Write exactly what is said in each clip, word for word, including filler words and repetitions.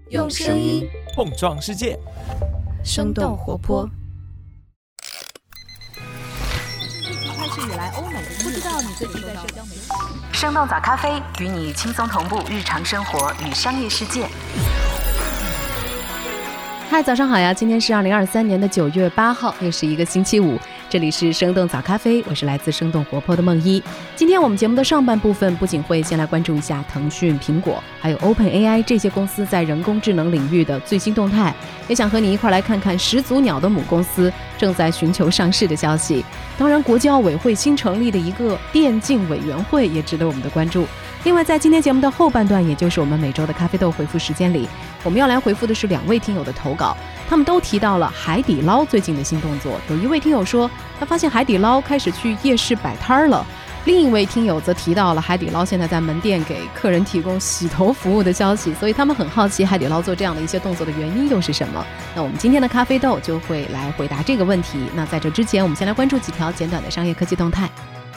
用声音碰撞世界， 生动活泼。 开始以来，欧美的不知道你最近在社交媒体。 生动早咖啡与你轻松同步日常生活与商业世界。 嗨，早上好呀！今天是二零二三年的九月八号，又是一个星期五。这里是生动早咖啡，我是来自生动活泼的梦一。今天我们节目的上半部分不仅会先来关注一下腾讯、苹果还有 OpenAI 这些公司在人工智能领域的最新动态，也想和你一块来看看始祖鸟的母公司正在寻求上市的消息。当然，国际奥委会新成立的一个电竞委员会也值得我们的关注。另外，在今天节目的后半段，也就是我们每周的咖啡豆回复时间里，我们要来回复的是两位听友的投稿，他们都提到了海底捞最近的新动作。有一位听友说，他发现海底捞开始去夜市摆摊了；另一位听友则提到了海底捞现在在门店给客人提供洗头服务的消息，所以他们很好奇海底捞做这样的一些动作的原因又是什么。那我们今天的咖啡豆就会来回答这个问题。那在这之前，我们先来关注几条简短的商业科技动态。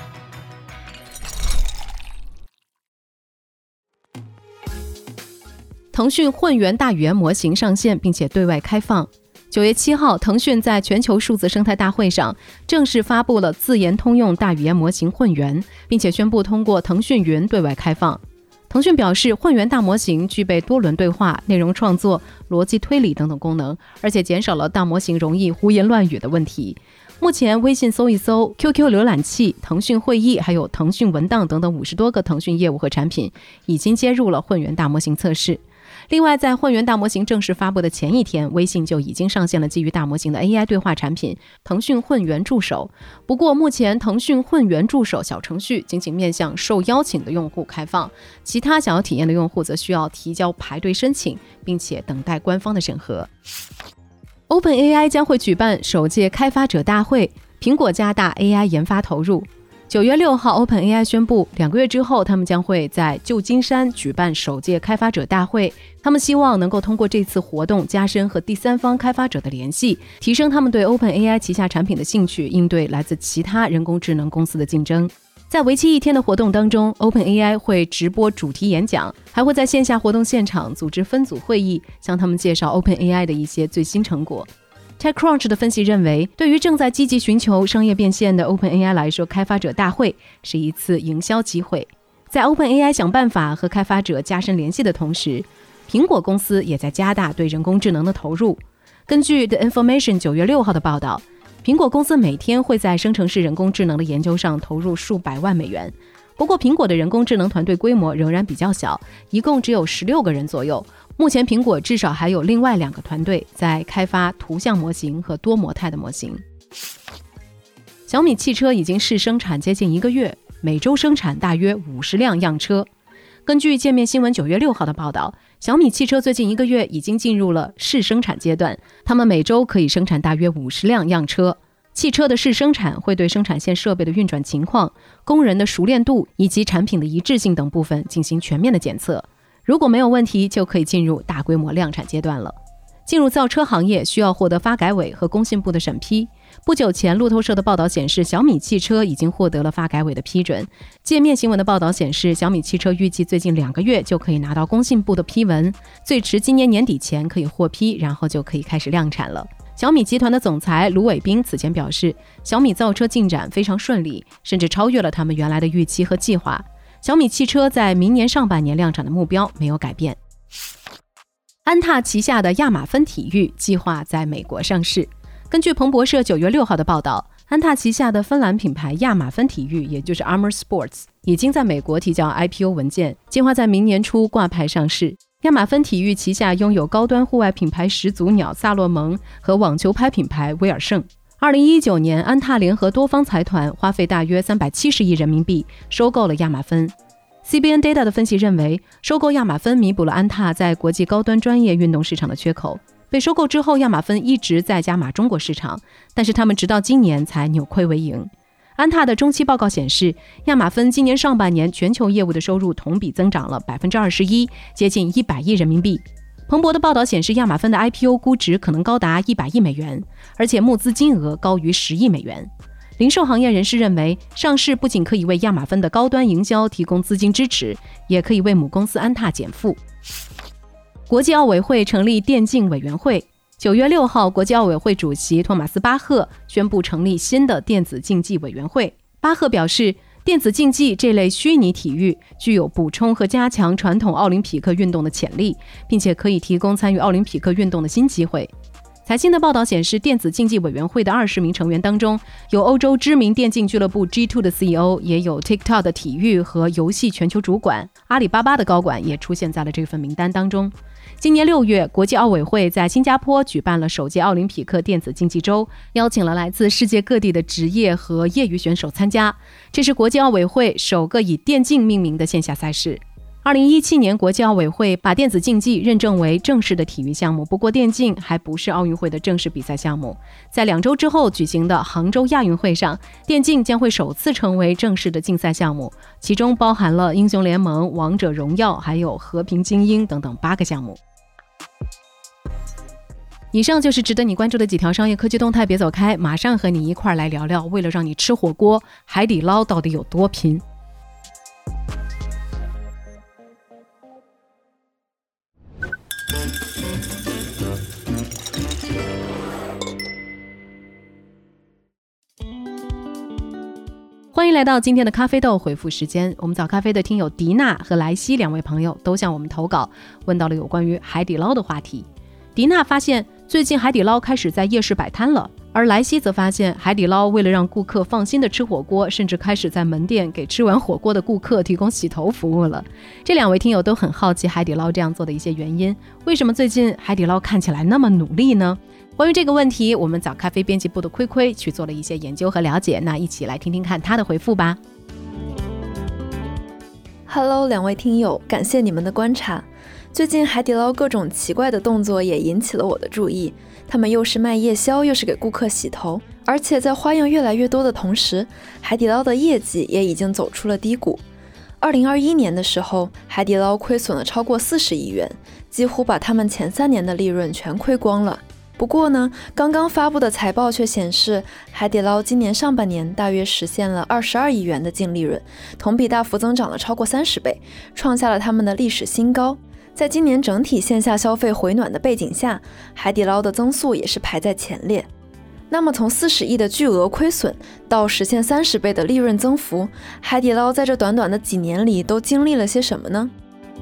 腾讯混元大语言模型上线并且对外开放。九月七号，腾讯在全球数字生态大会上正式发布了自研通用大语言模型混元，并且宣布通过腾讯云对外开放。腾讯表示，混元大模型具备多轮对话、内容创作、逻辑推理等等功能，而且减少了大模型容易胡言乱语的问题。目前，微信搜一搜、Q Q 浏览器、腾讯会议还有腾讯文档等等五十多个腾讯业务和产品已经接入了混元大模型测试。另外，在混元大模型正式发布的前一天，微信就已经上线了基于大模型的 A I 对话产品腾讯混元助手。不过目前腾讯混元助手小程序仅仅面向受邀请的用户开放，其他想要体验的用户则需要提交排队申请，并且等待官方的审核。OpenAI 将会举办首届开发者大会，苹果加大 A I 研发投入。九月六号 OpenAI 宣布，两个月之后他们将会在旧金山举办首届开发者大会。他们希望能够通过这次活动加深和第三方开发者的联系，提升他们对 OpenAI 旗下产品的兴趣，应对来自其他人工智能公司的竞争。在为期一天的活动当中， OpenAI 会直播主题演讲，还会在线下活动现场组织分组会议，向他们介绍 OpenAI 的一些最新成果。TechCrunch 的分析认为，对于正在积极寻求商业变现的 OpenAI 来说，开发者大会是一次营销机会。在 OpenAI 想办法和开发者加深联系的同时，苹果公司也在加大对人工智能的投入。根据 The Information 九月六号的报道，苹果公司每天会在生成式人工智能的研究上投入数百万美元。不过，苹果的人工智能团队规模仍然比较小，一共只有十六个人左右。目前苹果至少还有另外两个团队在开发图像模型和多模态的模型。小米汽车已经试生产接近一个月，每周生产大约五十辆样车。根据界面新闻九月六号的报道，小米汽车最近一个月已经进入了试生产阶段，他们每周可以生产大约五十辆样车。汽车的试生产会对生产线设备的运转情况、工人的熟练度以及产品的一致性等部分进行全面的检测。如果没有问题，就可以进入大规模量产阶段了。进入造车行业需要获得发改委和工信部的审批。不久前，路透社的报道显示，小米汽车已经获得了发改委的批准。界面新闻的报道显示，小米汽车预计最近两个月就可以拿到工信部的批文，最迟今年年底前可以获批，然后就可以开始量产了。小米集团的总裁卢伟斌此前表示，小米造车进展非常顺利，甚至超越了他们原来的预期和计划。小米汽车在明年上半年量产的目标没有改变。安踏旗下的亚马芬体育计划在美国上市。根据彭博社九月六号的报道，安踏旗下的芬兰品牌亚马芬体育，也就是 Armour Sports， 已经在美国提交 I P O 文件，计划在明年初挂牌上市。亚马芬体育旗下拥有高端户外品牌始祖鸟、萨洛蒙和网球拍品牌威尔胜。二零一九年，安踏联合多方财团花费大约三百七十亿人民币收购了亚马芬。C B N Data 的分析认为，收购亚马芬弥补了安踏在国际高端专业运动市场的缺口。被收购之后，亚马芬一直在加码中国市场，但是他们直到今年才扭亏为盈。安踏的中期报告显示，亚马芬今年上半年全球业务的收入同比增长了 百分之二十一， 接近一百亿人民币。彭博的报道显示，亚马芬的 I P O 估值可能高达一百亿美元，而且募资金额高于十亿美元。零售行业人士认为，上市不仅可以为亚马芬的高端营销提供资金支持，也可以为母公司安踏减负。 国际奥委会成立电竞委员会。九月六号，国际奥委会主席托马斯·巴赫宣布成立新的电子竞技委员会。巴赫表示，电子竞技这类虚拟体育具有补充和加强传统奥林匹克运动的潜力，并且可以提供参与奥林匹克运动的新机会。财新的报道显示，电子竞技委员会的二十名成员当中，有欧洲知名电竞俱乐部 G 二 的 C E O， 也有 TikTok 的体育和游戏全球主管，阿里巴巴的高管也出现在了这份名单当中。今年六月，国际奥委会在新加坡举办了首届奥林匹克电子竞技周，邀请了来自世界各地的职业和业余选手参加，这是国际奥委会首个以电竞命名的线下赛事。二零一七年，国际奥委会把电子竞技认证为正式的体育项目，不过电竞还不是奥运会的正式比赛项目。在两周之后举行的杭州亚运会上，电竞将会首次成为正式的竞赛项目，其中包含了英雄联盟、王者荣耀还有和平精英等等八个项目。以上就是值得你关注的几条商业科技动态，别走开，马上和你一块来聊聊，为了让你吃火锅，海底捞到底有多拼。欢迎来到今天的咖啡豆回复时间。我们早咖啡的听友迪娜和莱西两位朋友都向我们投稿，问到了有关于海底捞的话题。迪娜发现最近海底捞开始在夜市摆摊了，而莱西则发现海底捞为了让顾客放心的吃火锅，甚至开始在门店给吃完火锅的顾客提供洗头服务了。这两位听友都很好奇海底捞这样做的一些原因，为什么最近海底捞看起来那么努力呢？关于这个问题，我们早咖啡编辑部的亏亏去做了一些研究和了解，那一起来听听看他的回复吧。 Hello， 两位听友，感谢你们的观察。最近海底捞各种奇怪的动作也引起了我的注意，他们又是卖夜宵，又是给顾客洗头，而且在花样越来越多的同时，海底捞的业绩也已经走出了低谷。二零二一年的时候，海底捞亏损了超过四十亿元，几乎把他们前三年的利润全亏光了。不过呢，刚刚发布的财报却显示，海底捞今年上半年大约实现了二十二亿元的净利润，同比大幅增长了超过三十倍，创下了他们的历史新高。在今年整体线下消费回暖的背景下，海底捞的增速也是排在前列。那么从四十亿的巨额亏损到实现三十倍的利润增幅，海底捞在这短短的几年里都经历了些什么呢？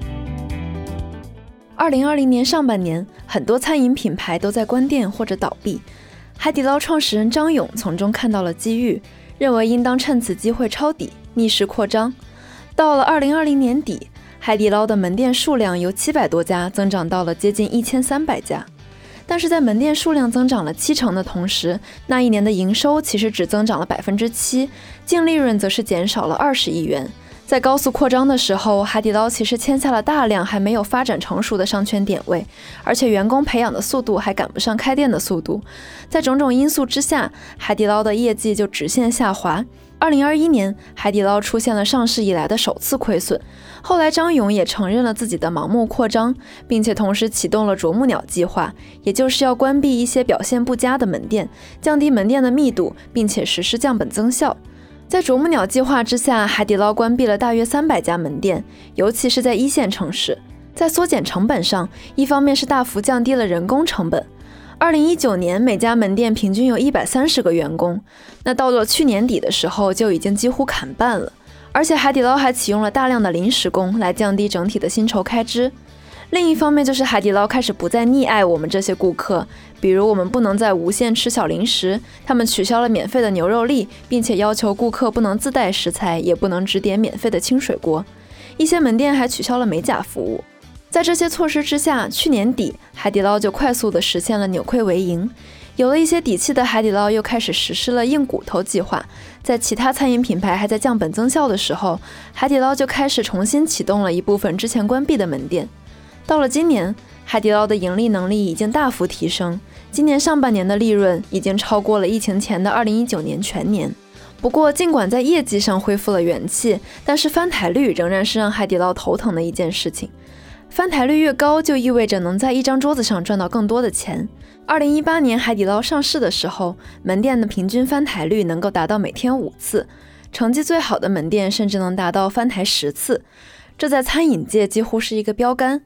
二零二零年上半年，很多餐饮品牌都在关店或者倒闭。海底捞创始人张勇从中看到了机遇，认为应当趁此机会抄底，逆势扩张。到了二零二零年底，海底捞的门店数量由七百多家增长到了接近一千三百家。但是在门店数量增长了七成的同时，那一年的营收其实只增长了百分之七，净利润则是减少了二十亿元。在高速扩张的时候，海底捞其实签下了大量还没有发展成熟的商圈点位，而且员工培养的速度还赶不上开店的速度。在种种因素之下，海底捞的业绩就直线下滑。二零二一年，海底捞出现了上市以来的首次亏损。后来张勇也承认了自己的盲目扩张，并且同时启动了啄木鸟计划，也就是要关闭一些表现不佳的门店，降低门店的密度，并且实施降本增效。在啄木鸟计划之下，海底捞关闭了大约三百家门店，尤其是在一线城市。在缩减成本上，一方面是大幅降低了人工成本。二零一九年每家门店平均有一百三十个员工，那到了去年底的时候就已经几乎砍半了。而且海底捞还启用了大量的临时工来降低整体的薪酬开支。另一方面就是海底捞开始不再溺爱我们这些顾客，比如我们不能再无限吃小零食，他们取消了免费的牛肉粒，并且要求顾客不能自带食材，也不能只点免费的清水锅。一些门店还取消了美甲服务。在这些措施之下，去年底海底捞就快速地实现了扭亏为盈。有了一些底气的海底捞又开始实施了硬骨头计划，在其他餐饮品牌还在降本增效的时候，海底捞就开始重新启动了一部分之前关闭的门店。到了今年，海底捞的盈利能力已经大幅提升，今年上半年的利润已经超过了疫情前的二零一九年全年。不过尽管在业绩上恢复了元气，但是翻台率仍然是让海底捞头疼的一件事情。翻台率越高，就意味着能在一张桌子上赚到更多的钱。二零一八年海底捞上市的时候，门店的平均翻台率能够达到每天五次，成绩最好的门店甚至能达到翻台十次，这在餐饮界几乎是一个标杆。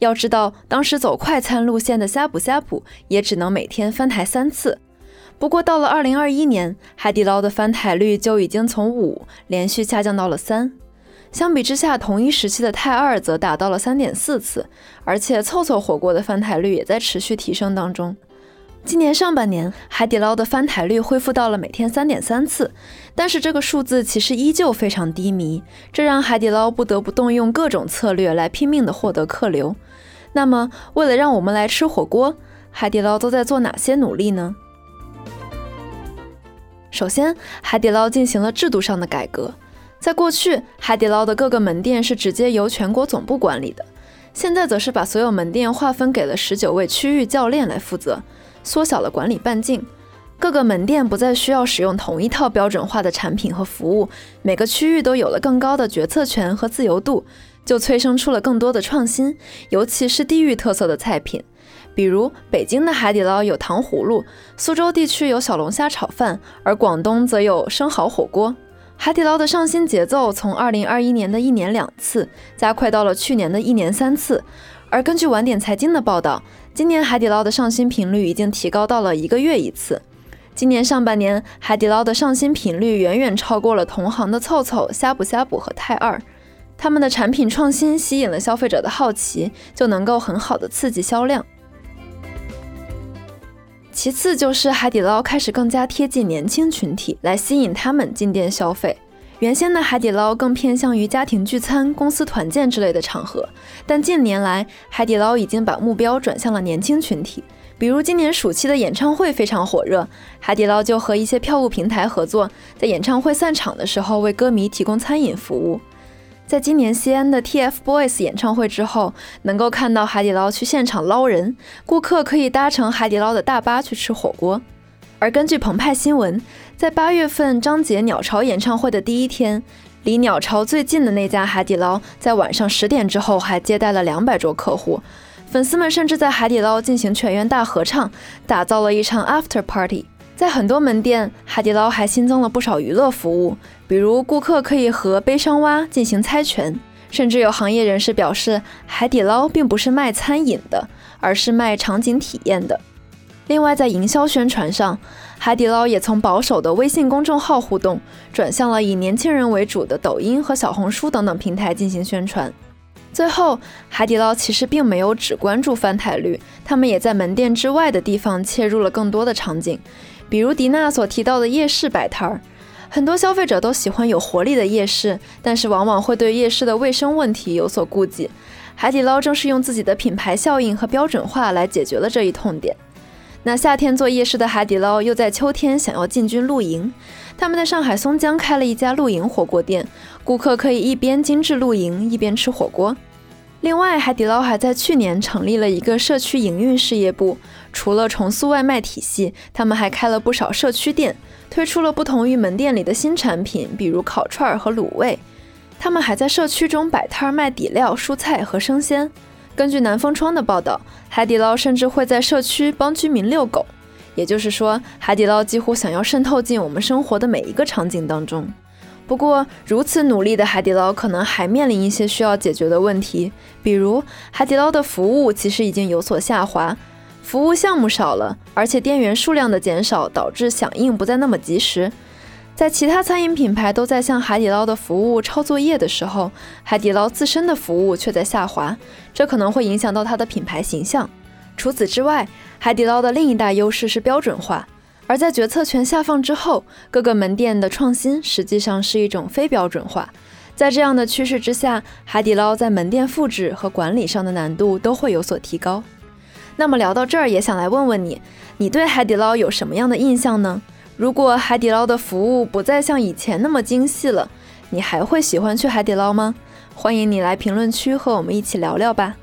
要知道，当时走快餐路线的呷哺呷哺也只能每天翻台三次。不过到了二零二一年，海底捞的翻台率就已经从五连续下降到了三。相比之下，同一时期的泰二则达到了 三点四次，而且凑凑火锅的翻台率也在持续提升当中。今年上半年，海底捞的翻台率恢复到了每天 三点三次，但是这个数字其实依旧非常低迷，这让海底捞不得不动用各种策略来拼命地获得客流。那么，为了让我们来吃火锅，海底捞都在做哪些努力呢？首先，海底捞进行了制度上的改革。在过去，海底捞的各个门店是直接由全国总部管理的，现在则是把所有门店划分给了十九位区域教练来负责，缩小了管理半径。各个门店不再需要使用同一套标准化的产品和服务，每个区域都有了更高的决策权和自由度，就催生出了更多的创新，尤其是地域特色的菜品。比如北京的海底捞有糖葫芦，苏州地区有小龙虾炒饭，而广东则有生蚝火锅。海底捞的上新节奏从二零二一年的一年两次，加快到了去年的一年三次。而根据晚点财经的报道，今年海底捞的上新频率已经提高到了一个月一次。今年上半年，海底捞的上新频率远远超过了同行的凑凑、呷哺呷哺和泰二。他们的产品创新吸引了消费者的好奇，就能够很好的刺激销量。其次就是海底捞开始更加贴近年轻群体，来吸引他们进店消费。原先的海底捞更偏向于家庭聚餐、公司团建之类的场合，但近年来海底捞已经把目标转向了年轻群体。比如今年暑期的演唱会非常火热，海底捞就和一些票务平台合作，在演唱会散场的时候为歌迷提供餐饮服务。在今年西安的 T F Boys 演唱会之后，能够看到海底捞去现场捞人，顾客可以搭乘海底捞的大巴去吃火锅。而根据澎湃新闻，在八月份张杰鸟巢演唱会的第一天，离鸟巢最近的那家海底捞在晚上十点之后还接待了两百桌客户，粉丝们甚至在海底捞进行全员大合唱，打造了一场 after party。在很多门店，海底捞还新增了不少娱乐服务，比如顾客可以和悲伤蛙进行猜拳，甚至有行业人士表示，海底捞并不是卖餐饮的，而是卖场景体验的。另外，在营销宣传上，海底捞也从保守的微信公众号互动，转向了以年轻人为主的抖音和小红书等等平台进行宣传。最后，海底捞其实并没有只关注翻台率，他们也在门店之外的地方切入了更多的场景，比如迪娜所提到的夜市摆摊儿。很多消费者都喜欢有活力的夜市，但是往往会对夜市的卫生问题有所顾忌。海底捞正是用自己的品牌效应和标准化来解决了这一痛点。那夏天做夜市的海底捞又在秋天想要进军露营，他们在上海松江开了一家露营火锅店，顾客可以一边精致露营一边吃火锅。另外，海底捞还在去年成立了一个社区营运事业部，除了重塑外卖体系，他们还开了不少社区店，推出了不同于门店里的新产品，比如烤串和卤味。他们还在社区中摆摊卖底料、蔬菜和生鲜。根据南风窗的报道，海底捞甚至会在社区帮居民遛狗，也就是说，海底捞几乎想要渗透进我们生活的每一个场景当中。不过，如此努力的海底捞可能还面临一些需要解决的问题，比如海底捞的服务其实已经有所下滑，服务项目少了，而且店员数量的减少导致响应不再那么及时。在其他餐饮品牌都在向海底捞的服务抄作业的时候，海底捞自身的服务却在下滑，这可能会影响到它的品牌形象。除此之外，海底捞的另一大优势是标准化，而在决策权下放之后，各个门店的创新实际上是一种非标准化。在这样的趋势之下，海底捞在门店复制和管理上的难度都会有所提高。那么聊到这儿，也想来问问你，你对海底捞有什么样的印象呢？如果海底捞的服务不再像以前那么精细了，你还会喜欢去海底捞吗？欢迎你来评论区和我们一起聊聊吧。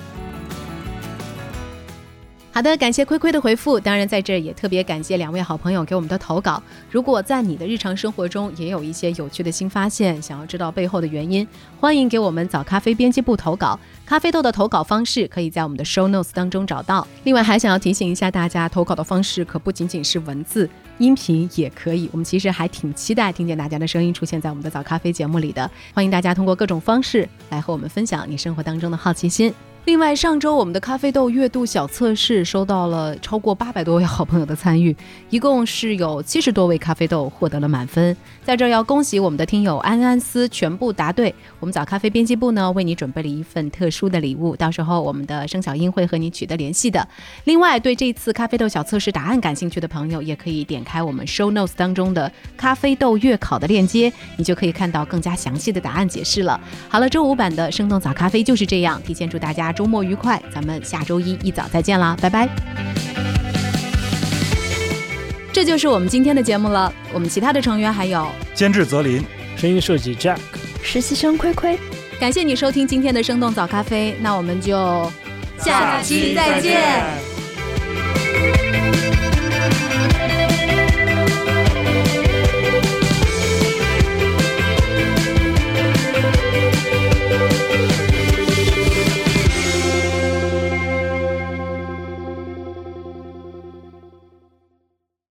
好的，感谢亏亏的回复，当然在这也特别感谢两位好朋友给我们的投稿。如果在你的日常生活中也有一些有趣的新发现，想要知道背后的原因，欢迎给我们早咖啡编辑部投稿。咖啡豆的投稿方式可以在我们的 show notes 当中找到。另外还想要提醒一下大家，投稿的方式可不仅仅是文字，音频也可以。我们其实还挺期待听见大家的声音出现在我们的早咖啡节目里的，欢迎大家通过各种方式来和我们分享你生活当中的好奇心。 另外，上周我们的咖啡豆月度小测试收到了超过八百多位好朋友的参与，一共是有七十多位咖啡豆获得了满分。在这儿要恭喜我们的听友安安思全部答对，我们早咖啡编辑部呢为你准备了一份特殊的礼物，到时候我们的生小英会和你取得联系的。另外，对这次咖啡豆小测试答案感兴趣的朋友，也可以点开我们 show notes 当中的咖啡豆月考的链接，你就可以看到更加详细的答案解释了。好了，周五版的生动早咖啡就是这样，提前祝大家周末愉快，咱们下周一一早再见啦，拜拜。这就是我们今天的节目了，我们其他的成员还有监制泽林， 声音设计 Jack， 实习生亏亏。 感谢你收听今天的生动早咖啡，那我们就下期再见。